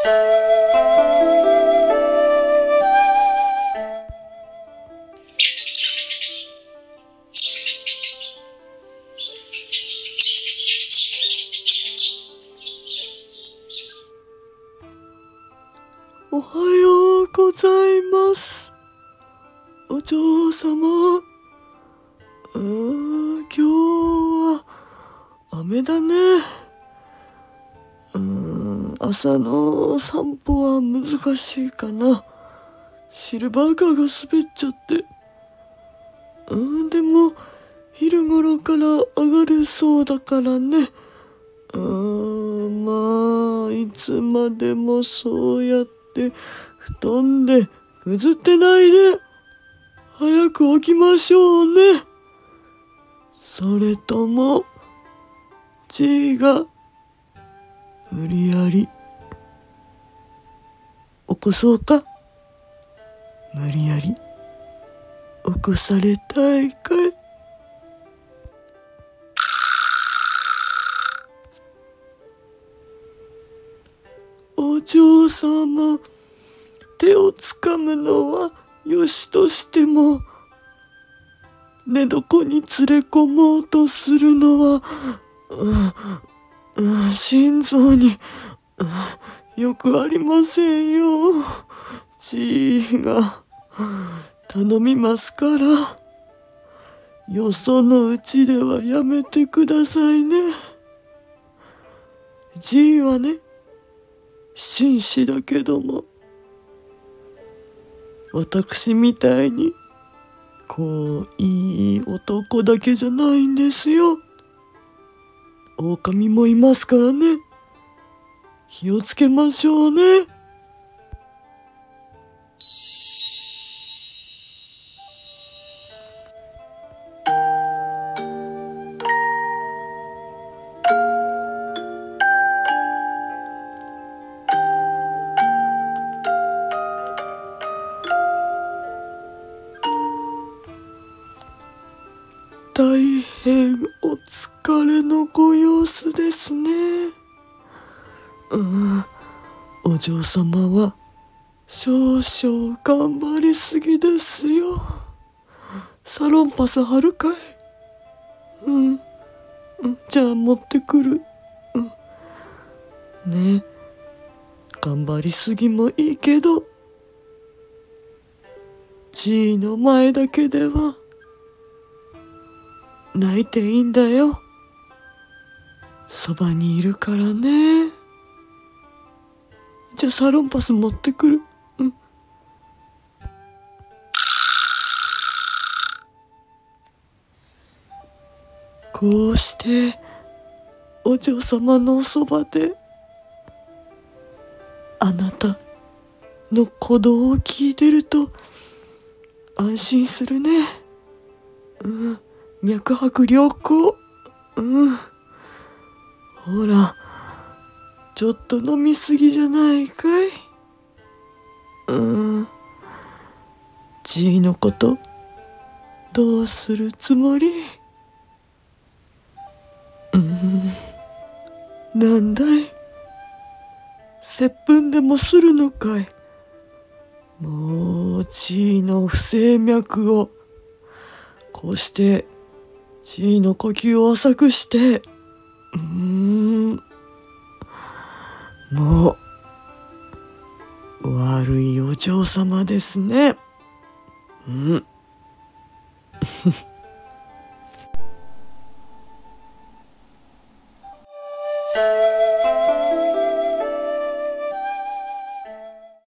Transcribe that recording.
おはようございます。お嬢様。今日は雨だね。朝の散歩は難しいかな。シルバーカーが滑っちゃって。でも昼頃から上がるそうだからね。まあいつまでもそうやって布団でぐずってないで早く起きましょうね。それともGが無理やり起こそうか。無理やり起こされたいかい。お嬢様、手をつかむのはよしとしても、寝床に連れ込もうとするのは、心臓に、よくありませんよ。Gが頼みますから、よそのうちではやめてくださいね。Gはね、紳士だけども、私みたいにいい男だけじゃないんですよ。狼もいますからね。気をつけましょうね。大変お疲れのご様子ですね。お嬢様は少々頑張りすぎですよ。サロンパス貼るかい？じゃあ持ってくる。ね、頑張りすぎもいいけど、Gの前だけでは泣いていいんだよ。そばにいるからね。じゃあサロンパス持ってくる。こうしてお嬢様のおそばであなたの鼓動を聞いてると安心するね。脈拍良好。ほら、ちょっと飲みすぎじゃないかい。Gのことどうするつもり？なんだい、接吻でもするのかい。もうGの不整脈をこうしてGの呼吸を浅くして、もう悪いお嬢様ですね。